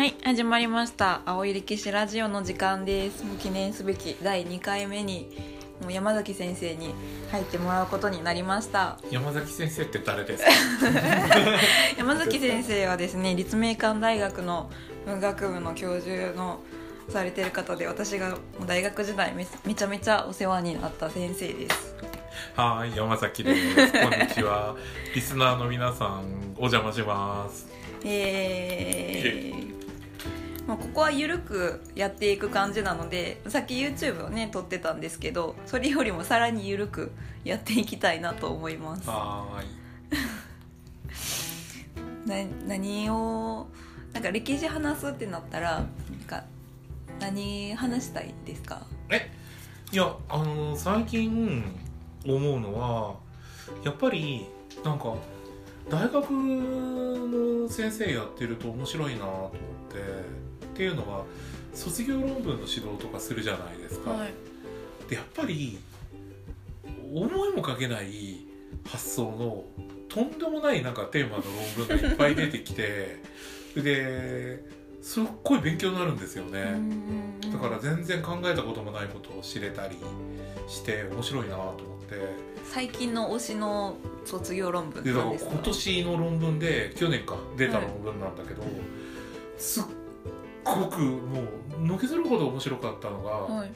はい、始まりました。青い歴史ラジオの時間です。もう記念すべき第2回目にもう山崎先生に入ってもらうことになりました。 山崎先生って誰ですか？ 山崎先生はですね、立命館大学の文学部の教授のされている方で、私がもう大学時代めちゃめちゃお世話になった先生です。 はい、山崎です。こんにちは。リスナーの皆さんお邪魔します。 ここは緩くやっていく感じなので、さっき YouTube をね撮ってたんですけど、それよりもさらに緩くやっていきたいなと思います。何をなんか歴史話すってなったらなんか何話したいですか？ いや最近思うのはやっぱりなんか大学の先生やってると面白いなと思っていうのは、卒業論文の指導とかするじゃないですか、はい、でやっぱり思いもかけない発想のとんでもないなんかテーマの論文がいっぱい出てきてですっごい勉強になるんですよね。だから全然考えたこともないことを知れたりして面白いなと思って。 最近の推しの卒業論文なんですか？ 今年の論文で去年か出た論文なんだけど、はい、すっごくもうのけぞるほど面白かったのが、はい、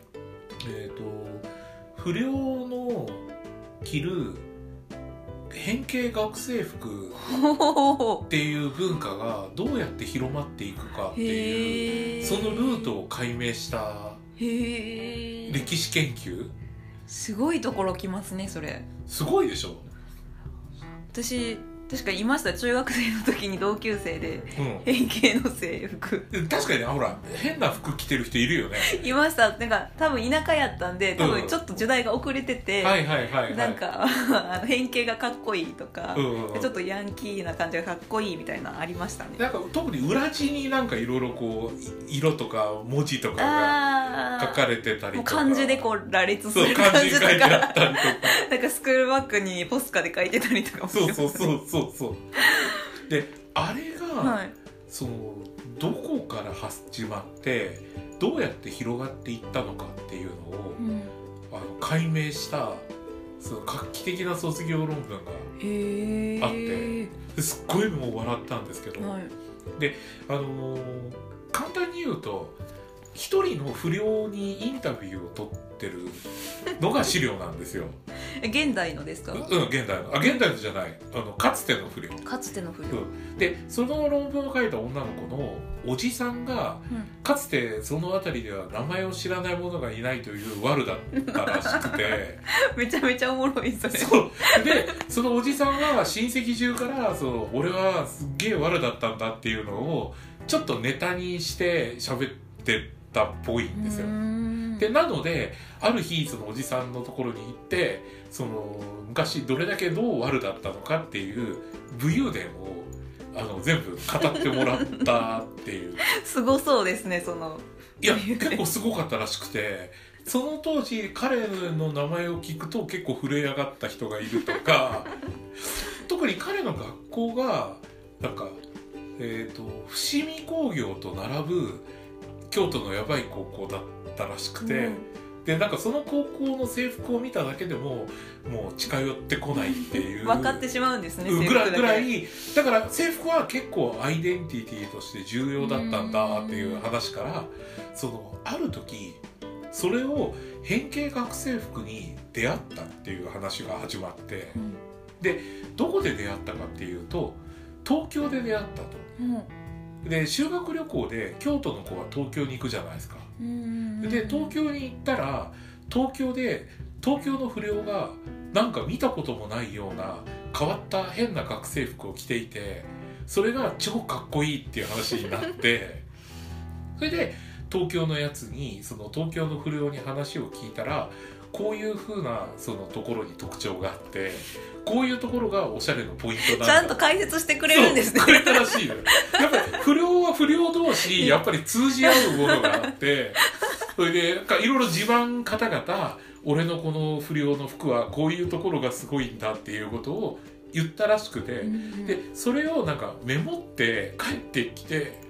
不良の着る変形学生服っていう文化がどうやって広まっていくかっていうそのルートを解明した歴史研究。 すごいところ来ますね。それすごいでしょ。 私確かにいました。中学生の時に同級生で変形の制服、 確かにね、ほら変な服着てる人いるよね。 いました。なんか多分田舎やったんで、多分ちょっと時代が遅れてて、なんか変形がかっこいいとか、ちょっとヤンキーな感じがかっこいいみたいなありましたね。 なんか特に裏地になんかいろいろこう色とか文字とかが書かれてたりとか、 漢字でこう羅列する感じとか、なんかスクールバッグにポスカで書いてたりとかもしますね。 そうであれが、はい、そのどこから始まってどうやって広がっていったのかっていうのを、解明したその画期的な卒業論文があってすっごいもう笑ったんですけど、はい、で簡単に言うと一人の不良にインタビューを取ってるのが資料なんですよ。 現代のですか？ 現代の現代のじゃない、かつての不良。 かつての不良、 でその論文を書いた女の子のおじさんが、かつてその辺りでは名前を知らない者がいないという悪だったらしくてめちゃめちゃおもろいそれ。 そうでそのおじさんは親戚中から俺はすっげえ悪だったんだっていうのをちょっとネタにして喋ってたっぽいんですよ。でなのである日そのおじさんのところに行って昔どれだけどう悪だったのかっていう武勇伝を全部語ってもらったっていうすごそうですね。 いや結構すごかったらしくて、その当時彼の名前を聞くと結構震え上がった人がいるとか特に彼の学校がなんか伏見工業と並ぶ京都のやばい高校だったらしくて、でなんかその高校の制服を見ただけでももう近寄ってこないっていう分かってしまうんですね。 ぐらいだから制服は結構アイデンティティとして重要だったんだっていう話から、ある時それを変形学生服に出会ったっていう話が始まって、でどこで出会ったかっていうと東京で出会ったと。で修学旅行で京都の子は東京に行くじゃないですか。で東京に行ったら東京の不良がなんか見たこともないような変わった変な学生服を着ていて、それが超かっこいいっていう話になってそれで東京のやつに東京の不良に話を聞いたら、こういう風なところに特徴があってこういうところがおしゃれのポイントなんだ。 ちゃんと解説してくれるんですね。 くれたらしいのよ。やっぱり不良は不良同士やっぱり通じ合うものがあってそれでいろいろ自慢方々俺のこの不良の服はこういうところがすごいんだっていうことを言ったらしくて、でそれをなんかメモって帰ってきて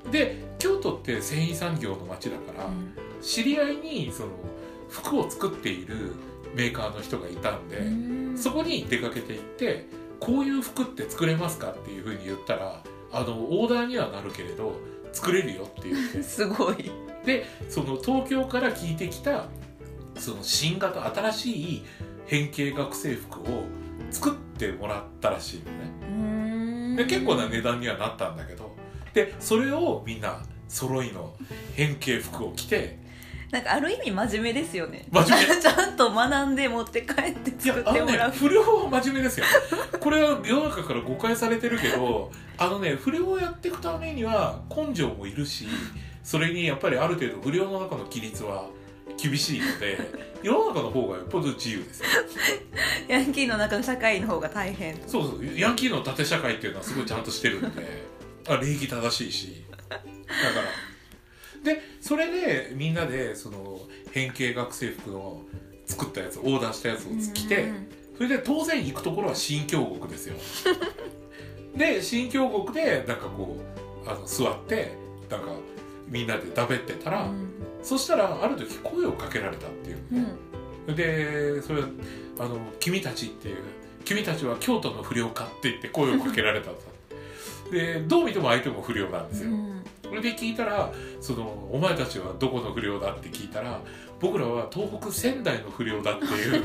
で京都って繊維産業の町だから、知り合いにその服を作っているメーカーの人がいたんで、そこに出かけて行って、こういう服って作れますかっていうふうに言ったら、オーダーにはなるけれど作れるよって言ってすごい。 でその東京から聞いてきたその新型新しい変形学生服を作ってもらったらしいのね。で結構な値段にはなったんだけど、でそれをみんな揃いの変形服を着て、 なんかある意味真面目ですよね。 真面目ちゃんと学んで持って帰って作ってもらう。 不良は真面目ですよ。これは世の中から誤解されてるけど、不良をやっていくためには根性もいるし、それにやっぱりある程度不良の中の規律は厳しいので、世の中の方がよっぽど自由ですよ。 ヤンキーの中の社会の方が大変。 そうそう、ヤンキーの縦社会っていうのはすごいちゃんとしてるんで礼儀正しいし、だからでそれでみんなでその変形学生服の作ったやつ、オーダーしたやつを着て、それで当然行くところは新京極ですよ。で新京極でなんかこう座ってなんかみんなでだべってたら、そしたらある時声をかけられたっていうね、でそれ君たちっていう、君たちは京都の不良かって言って声をかけられたでどう見ても相手も不良なんですよ。それで聞いたら、お前たちはどこの不良だって聞いたら、僕らは東北仙台の不良だっていう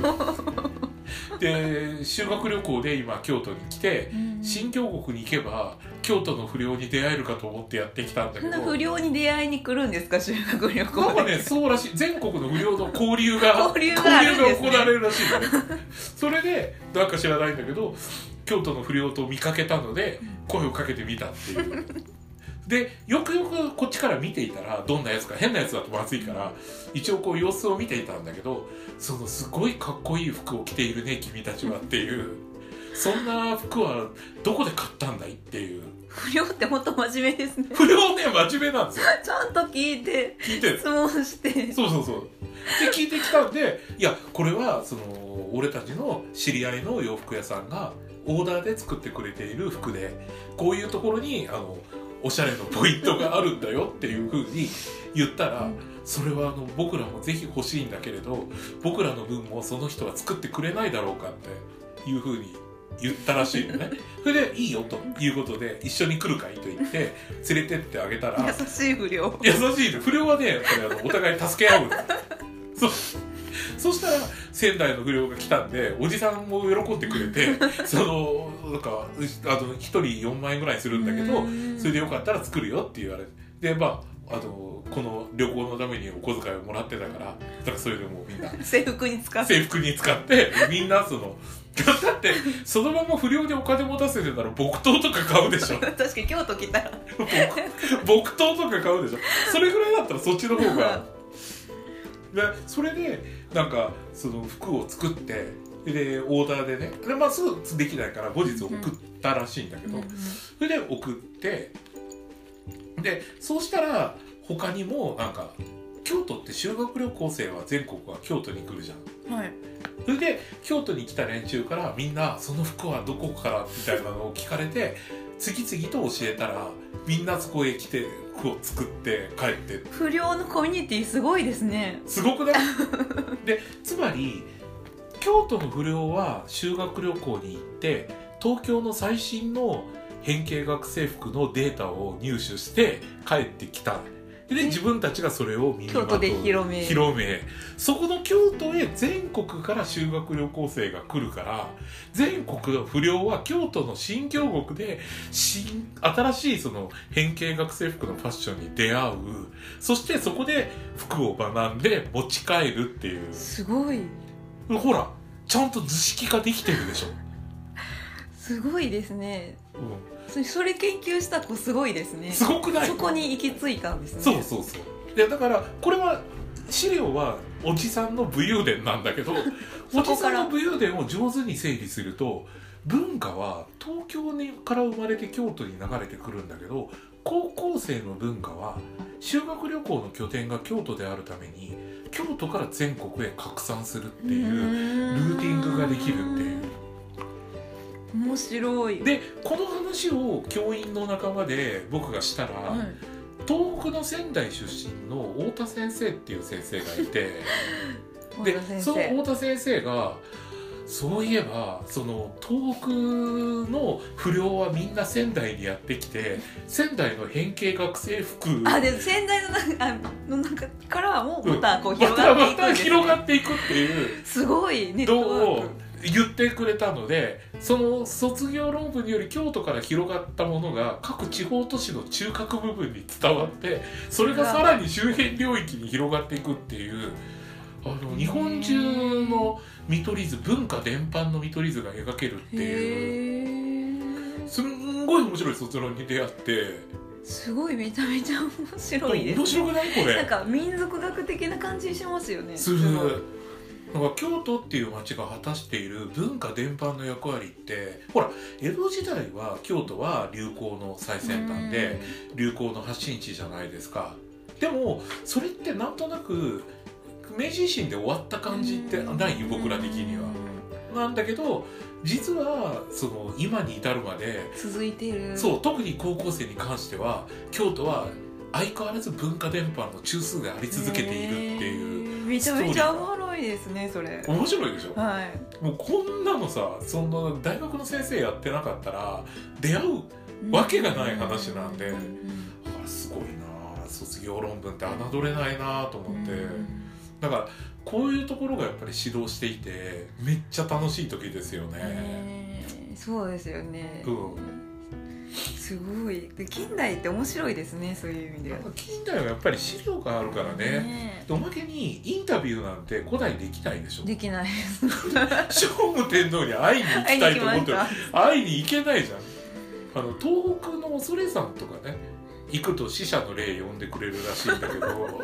で修学旅行で今京都に来て、新京極に行けば京都の不良に出会えるかと思ってやってきたんだけど、 そんな不良に出会いに来るんですか、修学旅行で。 なんかね、そうらしい。全国の不良の交流が交流があるんですね。 行われるらしいのね。それでなんか知らないんだけど、京都の不良と見かけたので声をかけてみたっていうでよくよくこっちから見ていたら、どんなやつか、変なやつだとまずいから一応こう様子を見ていたんだけど、すごいかっこいい服を着ているね君たちはっていうそんな服はどこで買ったんだいっていう。 不良って本当真面目ですね。 不良ね、真面目なんですよ。 ちゃんと聞いて質問してそうで聞いてきたんで、いやこれは俺たちの知り合いの洋服屋さんがオーダーで作ってくれている服で、こういうところにおしゃれのポイントがあるんだよっていう風に言ったら、それは僕らもぜひ欲しいんだけれど、僕らの分もその人は作ってくれないだろうかっていう風に言ったらしいのね。それでいいよということで、一緒に来るかいと言って連れてってあげたら、 優しい不良。 優しい不良はね、やっぱりお互い助け合うんですそしたら仙台の不良が来たんで、おじさんも喜んでくれて、なんか1人4万円ぐらいするんだけど、それでよかったら作るよって言われて、でこの旅行のためにお小遣いをもらってたから、だからそれでもうみんな制服に使ってみんなだってそのまま不良でお金持たせてたら木刀とか買うでしょ。 確かに京都来たら木刀とか買うでしょ。それぐらいだったらそっちの方がで、それでなんか服を作って、でオーダーでね、すぐできないから後日送ったらしいんだけど、それで送って、でそうしたら他にもなんか京都って修学旅行生は全国は京都に来るじゃん。 はい。 それで京都に来た連中からみんなその服はどこからみたいなのを聞かれて、次々と教えたらみんなそこへ来て服を作って帰って。 不良のコミュニティすごいですね。 すごくない？でつまり京都の不良は修学旅行に行って東京の最新の変形学生服のデータを入手して帰ってきた。で自分たちがそれを京都で広め、 そこの京都へ全国から修学旅行生が来るから、全国の不良は京都の新京極で新しい変形学生服のファッションに出会う。そしてそこで服を学んで持ち帰るっていう。 すごい。 ほらちゃんと図式化できてるでしょ。 すごいですね。それ研究した子すごいですね。 すごくない？ そこに行き着いたんですね。 そうでだからこれは資料はおじさんの武勇伝なんだけどおじさんの武勇伝を上手に整理すると、文化は東京から生まれて京都に流れてくるんだけど、高校生の文化は修学旅行の拠点が京都であるために京都から全国へ拡散するっていうルーティングができるっていう。 面白い。 でこの話を教員の仲間で僕がしたら、 東北の仙台出身の太田先生っていう先生がいてでその太田先生がそういえばその東北の不良はみんな仙台にやってきて仙台の変形学生服で仙台の中からもまたこう広がっていくんですね、 また広がっていくっていうすごいネットワーク言ってくれたので、その卒業論文により京都から広がったものが各地方都市の中核部分に伝わってそれがさらに周辺領域に広がっていくっていう日本中の見取り図文化全般の見取り図が描けるっていうすんごい面白い卒論に出会ってすごいめちゃめちゃ面白いです、 面白くないこれなんか民族学的な感じしますよねするなんか京都っていう町が果たしている文化全般の役割ってほら江戸時代は京都は流行の最先端で流行の発信地じゃないですか。でもそれってなんとなく明治維新で終わった感じってないよ僕ら的には。なんだけど実はその今に至るまで続いている。 そう特に高校生に関しては京都は相変わらず文化伝播の中枢があり続けているっていうめちゃめちゃおもろいですねそれ。 面白いでしょ、 はい、 もうこんなのさその大学の先生やってなかったら出会うわけがない話なんで、すごいな卒業論文って侮れないなと思って、だからこういうところがやっぱり指導していてめっちゃ楽しい時ですよね、 そうですよね、すごいで近代って面白いですねそういう意味では。 近代はやっぱり資料があるからね、おまけにインタビューなんて古代できないでしょ。 できないです聖武天皇に会いに行きたいと思って会いに行けないじゃん。東北の恐山とかね行くと死者の霊呼んでくれるらしいんだけど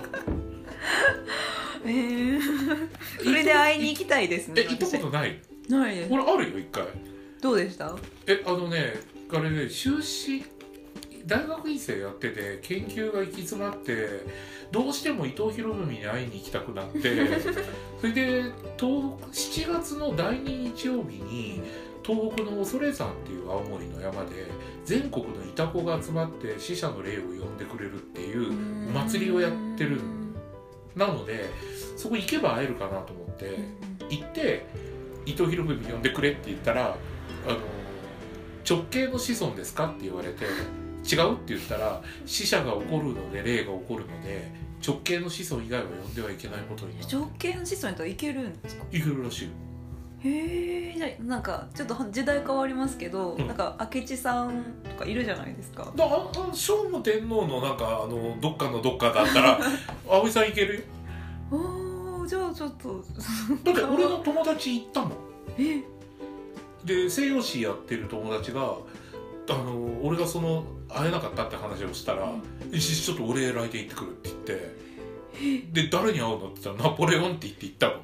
それで会いに行きたいですね。 行ったことない？ ないです。 俺あるよ一回。 どうでした？ あれね修士大学院生やってて研究が行き詰まってどうしても伊藤博文に会いに行きたくなってそれで7月の第2日曜日に東北の恐山っていう青森の山で全国のイタコが集まって死者の霊を呼んでくれるっていうお祭りをやってるなのでそこ行けば会えるかなと思って行って伊藤博文呼んでくれって言ったら直系の子孫ですかって言われて違うって言ったら死者が起こるので霊が起こるので直系の子孫以外は呼んではいけないことになる。 直系の子孫やったらいけるんですか？ いけるらしいよ。 へえ。じゃあなんかちょっと時代変わりますけど、なんか明智さんとかいるじゃないですか。 聖武天皇のなんかどっかのどっかだったら葵さんいけるよ。 じゃあちょっとだって俺の友達行ったもん。で西洋史やってる友達が俺が会えなかったって話をしたら、ちょっとお礼来で行ってくるって言ってで誰に会うのって言ったらナポレオンって言って行ったもん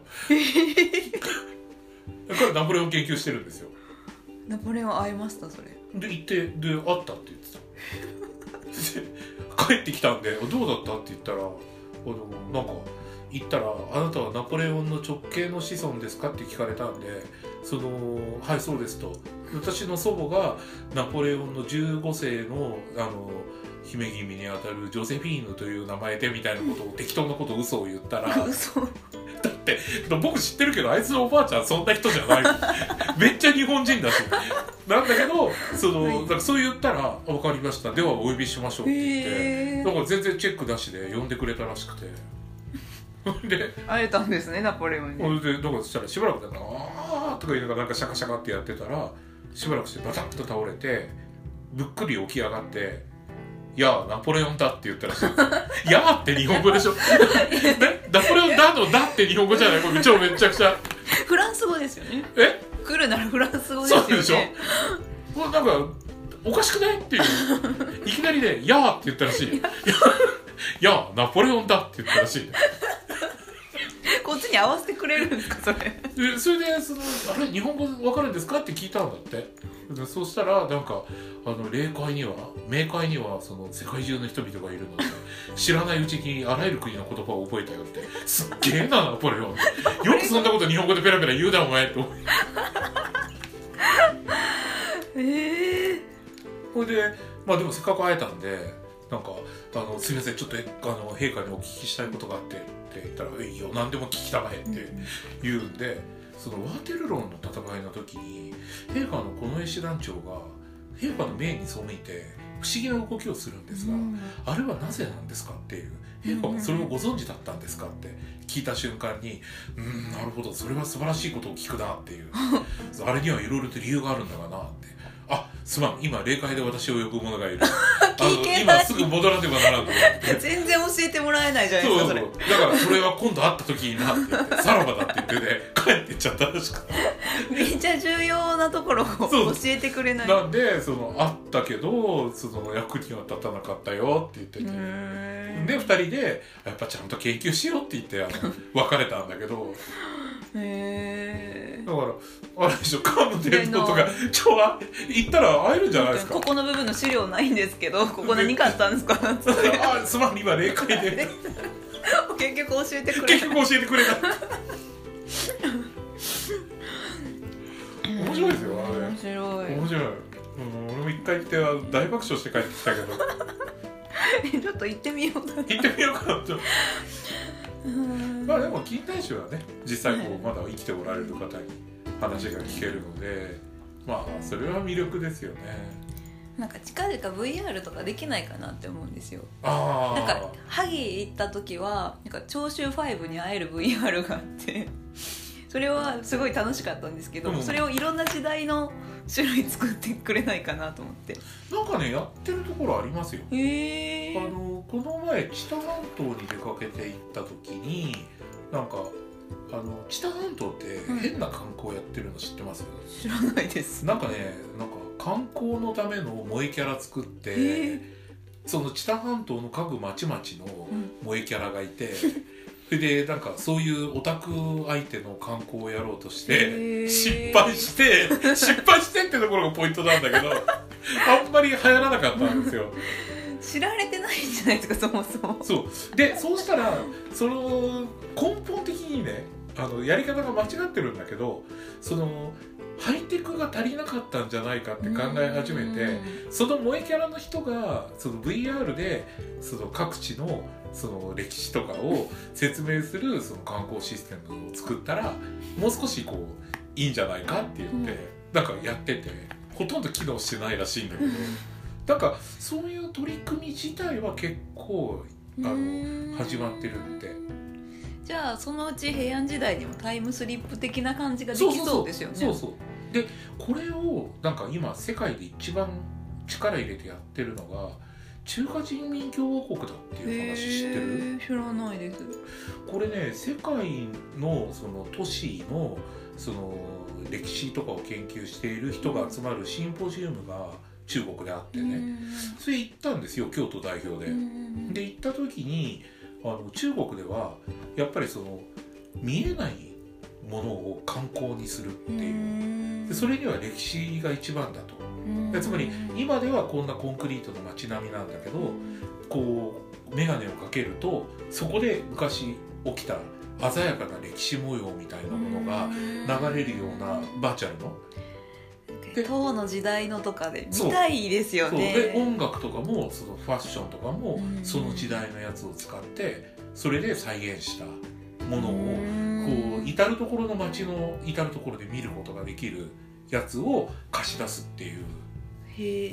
彼ナポレオン研究してるんですよ。 ナポレオン会いましたそれで行ってで会ったって言ってた帰ってきたんでどうだったって言ったらなんか言ったらあなたはナポレオンの直系の子孫ですかって聞かれたんではいそうですと私の祖母がナポレオンの15世の姫君にあたるジョセフィーヌという名前でみたいなことを適当なこと嘘を言ったらだって僕知ってるけどあいつのおばあちゃんそんな人じゃないめっちゃ日本人だしなんだけどだからそう言ったら分かりましたではお呼びしましょうって言ってだから全然チェックなしで呼んでくれたらしくてで会えたんですねナポレオンに。 でだからそしたらしばらくだからあーとか言いながらなんかシャカシャカってやってたらしばらくしてバタッと倒れてぶっくり起き上がって「いやナポレオンだ」って言ったらしい「いやー」って日本語でしょナポレオンだの「だ」って日本語じゃないこれめちゃくちゃフランス語ですよね。来るならフランス語ですよね。そうでしょ。 これなんかおかしくないっていういきなりね「やー」って言ったらしい「いやナポレオンだ」って言ったらしいこっちに合わせてくれるんですかそれでそれであれ日本語わかるんですかって聞いたんだってでそうしたらなんか冥界には世界中の人々がいるので知らないうちにあらゆる国の言葉を覚えたよってすっげえなナポレオンよくそんなこと日本語でペラペラ言うなお前って思いこれででもせっかく会えたんでなんかすみませんちょっと陛下にお聞きしたいことがあってって言ったら「いいよ何でも聞きたまえ」って言うんで、そのワーテルロンの戦いの時に陛下の近衛師団長が陛下の命に背いて不思議な動きをするんですが、あれはなぜなんですかっていう、陛下はそれをご存知だったんですかって聞いた瞬間に、なるほどそれは素晴らしいことを聞くなっていうあれにはいろいろと理由があるんだがなって、すまん今霊界で私を呼ぶ者がいる今すぐ戻らねばならんと思って全然教えてもらえないじゃないですか。それだからそれは今度会った時になって言ってさらばだって言ってね帰ってっちゃったらしくてめっちゃ重要なところを教えてくれない。 なんで会ったけど役には立たなかったよって言ってて、で2人でやっぱちゃんと研究しようって言って別れたんだけどだからあれでしょ、カム伝統とか行ったら会えるんじゃないですか。 ここの部分の資料ないんですけどここ何買ったんですかすまん今霊界で結局教えてくれない。 面白いですよあれ。 面白い、 俺も一回行って大爆笑して帰ってきたけどちょっと行ってみようかなとまあでも近代史はね実際まだ生きておられる方に話が聞けるので、まあそれは魅力ですよね。 なんか近々 VR とかできないかなって思うんですよ。 なんか萩行った時はなんか長州5に会える VR があってそれはすごい楽しかったんですけど、それをいろんな時代の種類作ってくれないかなと思って。 なんかねやってるところありますよ。この前知多半島に出かけて行った時になんか知多半島って変な観光やってるの知ってます？ 知らないです。 なんか観光のための萌えキャラ作って、その知多半島の各町々の萌えキャラがいて、それでなんかそういうオタク相手の観光をやろうとして失敗してってところがポイントなんだけどあんまり流行らなかったんですよ。 知られてないんじゃないですかそもそも。 そうしたら根本的にねやり方が間違ってるんだけどハイテクが足りなかったんじゃないかって考え始めて、その萌えキャラの人がVR で各地の歴史とかを説明する観光システムを作ったらもう少しいいんじゃないかって言って、なんかやっててほとんど機能してないらしいんだけどなんかそういう取り組み自体は結構始まってるって。 じゃあそのうち平安時代にもタイムスリップ的な感じができそうですよね。 でこれをなんか今世界で一番力入れてやってるのが中華人民共和国だっていう話知ってる？ 知らないです。 これね世界の都市の歴史とかを研究している人が集まるシンポジウムが中国であってね、それ行ったんですよ京都代表で。で行った時に中国ではやっぱり見えないものを観光にするっていうで、それには歴史が一番だと。つまり今ではこんなコンクリートの街並みなんだけど眼鏡をかけるとそこで昔起きた鮮やかな歴史模様みたいなものが流れるようなバーチャルの唐の時代のとかで見たいですよね。 で音楽とかもファッションとかもその時代のやつを使ってそれで再現したものを至る所の街の至る所で見ることができるやつを貸し出すっていう。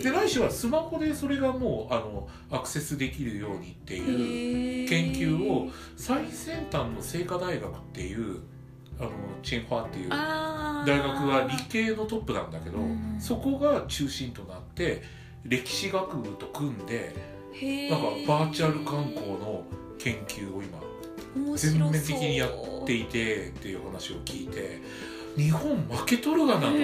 で来週はスマホでそれがもうアクセスできるようにっていう研究を最先端の清華大学っていうチンファっていう大学が理系のトップなんだけど、そこが中心となって歴史学部と組んでなんかバーチャル観光の研究を今全面的にやっていてっていう話を聞いて日本負けとるがなと思って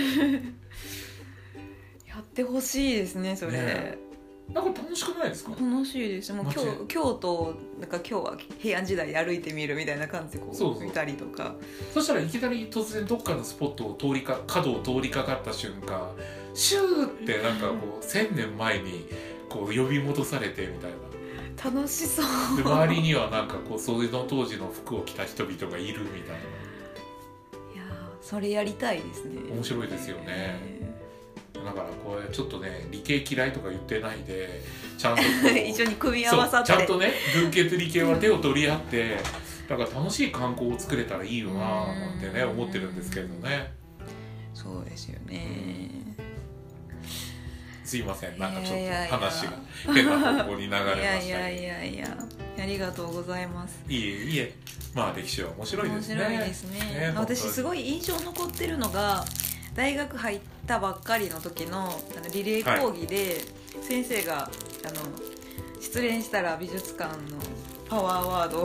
やってほしいですねそれ。 なんか楽しくないですか？ 楽しいです。もう京都なんか今日は平安時代歩いてみるみたいな感じで見たりとか。 そしたらいきなり突然どっかのスポットを角を通りかかった瞬間シューってなんか1000年前に呼び戻されてみたいな。 楽しそう。 で周りにはなんかそういうの当時の服を着た人々がいるみたいな。 いやそれやりたいですね。 面白いですよね。 だからこれちょっとね理系嫌いとか言ってないでちゃんと一緒に組み合わさってちゃんとね文系と理系は手を取り合ってだから楽しい観光を作れたらいいよななんてね思ってるんですけどね。 そうですよね。 すいませんなんかちょっと話が変な方向に流れましたね。 いやありがとうございます。 いえまあ歴史は面白いですね。 面白いですね。私すごい印象残ってるのが大学入ったばっかりの時のリレー講義で先生が失恋したら美術館のパワーワードを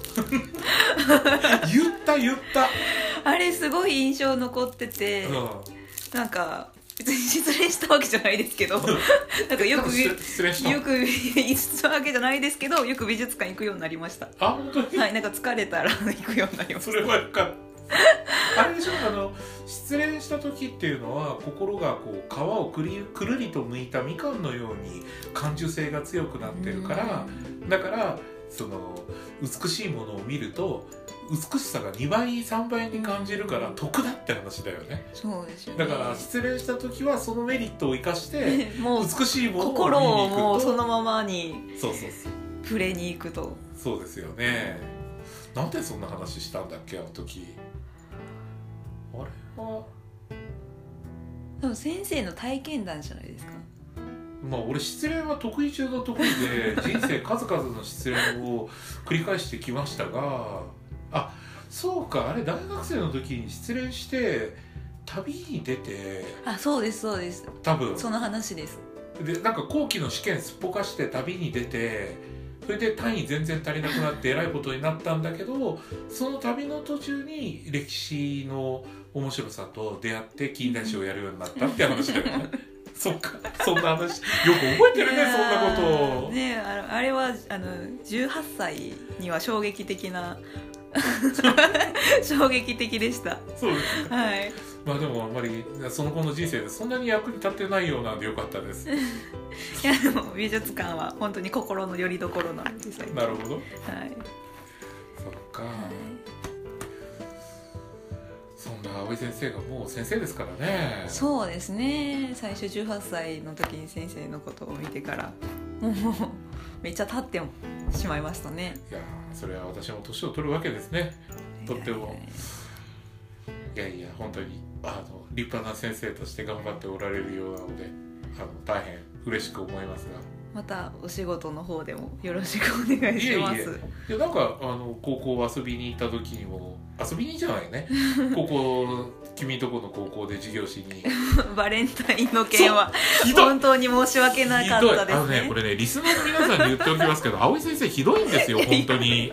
言ったあれすごい印象残ってて、なんか別に失恋したわけじゃないですけどなんかよくしたわけじゃないですけどよく美術館行くようになりました。 あ本当に、 はい、なんか疲れたら行くようになりました。 それはよかったあれでしょ失恋した時っていうのは心がこう皮をくるりと剥いたみかんのように感受性が強くなってるからだからその美しいものを見ると美しさが2倍3倍に感じるから得だって話だよね。 そうですよね。 だから失恋した時はそのメリットを生かしてもう美しいものを見に行くと心をもうそのままにそう触れに行くと。 そうですよね。なんでそんな話したんだっけあの時。あれは多分先生の体験談じゃないですか。 まあ俺失恋は得意中の得意で人生数々の失恋を繰り返してきましたがそうかあれ大学生の時に失恋して旅に出てそうです多分その話です。 でなんか後期の試験すっぽかして旅に出てそれで単位全然足りなくなってえらいことになったんだけどその旅の途中に歴史の面白さと出会って近代史をやるようになったって話だよねそっかそんな話よく覚えてるねそんなことね。あれは18歳には衝撃的な衝撃的でした。 そうですね。 はい。 まあでもあんまりその後の人生でそんなに役に立ってないようなんでよかったですいやでも美術館は本当に心の拠り所なんですよ。 なるほど。 はい。 そっか、そんな葵先生がもう先生ですからね。 そうですね。最初18歳の時に先生のことを見てからもうめっちゃ経ってしまいましたね。 いやそれは私も年を取るわけですね。とってもいや本当に立派な先生として頑張っておられるようなので大変嬉しく思いますがまたお仕事の方でもよろしくお願いします。 いやなんか高校遊びに行った時にも遊びにじゃないね高校君とこの高校で授業しにバレンタインの件は本当に申し訳なかったですね。 これねリスナーの皆さんに言っておきますけど葵先生ひどいんですよ本当に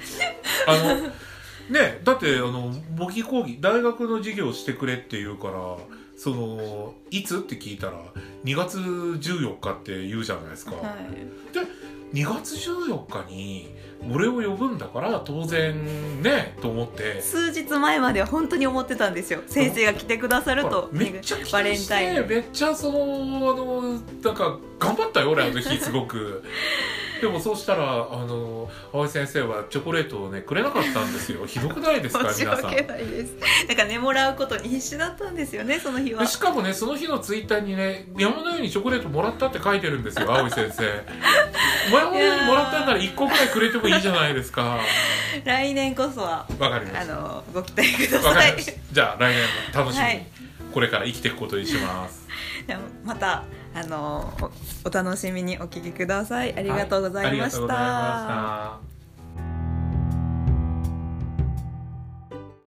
ねだって模擬講義大学の授業をしてくれって言うからいつって聞いたら2月14日って言うじゃないですか、で2月14日に俺を呼ぶんだから当然ねと思って数日前までは本当に思ってたんですよ先生が来てくださると。 めっちゃ期バレ待してンタインめっちゃなんか頑張ったよ俺日すごくでもそうしたら葵先生はチョコレートをねくれなかったんですよひどくないですか皆さん。 申し訳ないです。なんかねもらうことに必死だったんですよねその日は。 でしかもねその日のツイッターにね山のようにチョコレートもらったって書いてるんですよ葵先生山のようにもらったんなら1個くらいくれてもいいじゃないですか来年こそはわかりましたご期待くだわかさい。 りましたじゃあ来年も楽しみに、 はい、 これから生きていくことにしますでもまたお楽しみにお聞きください。ありがとうございました。 ありがとうございました。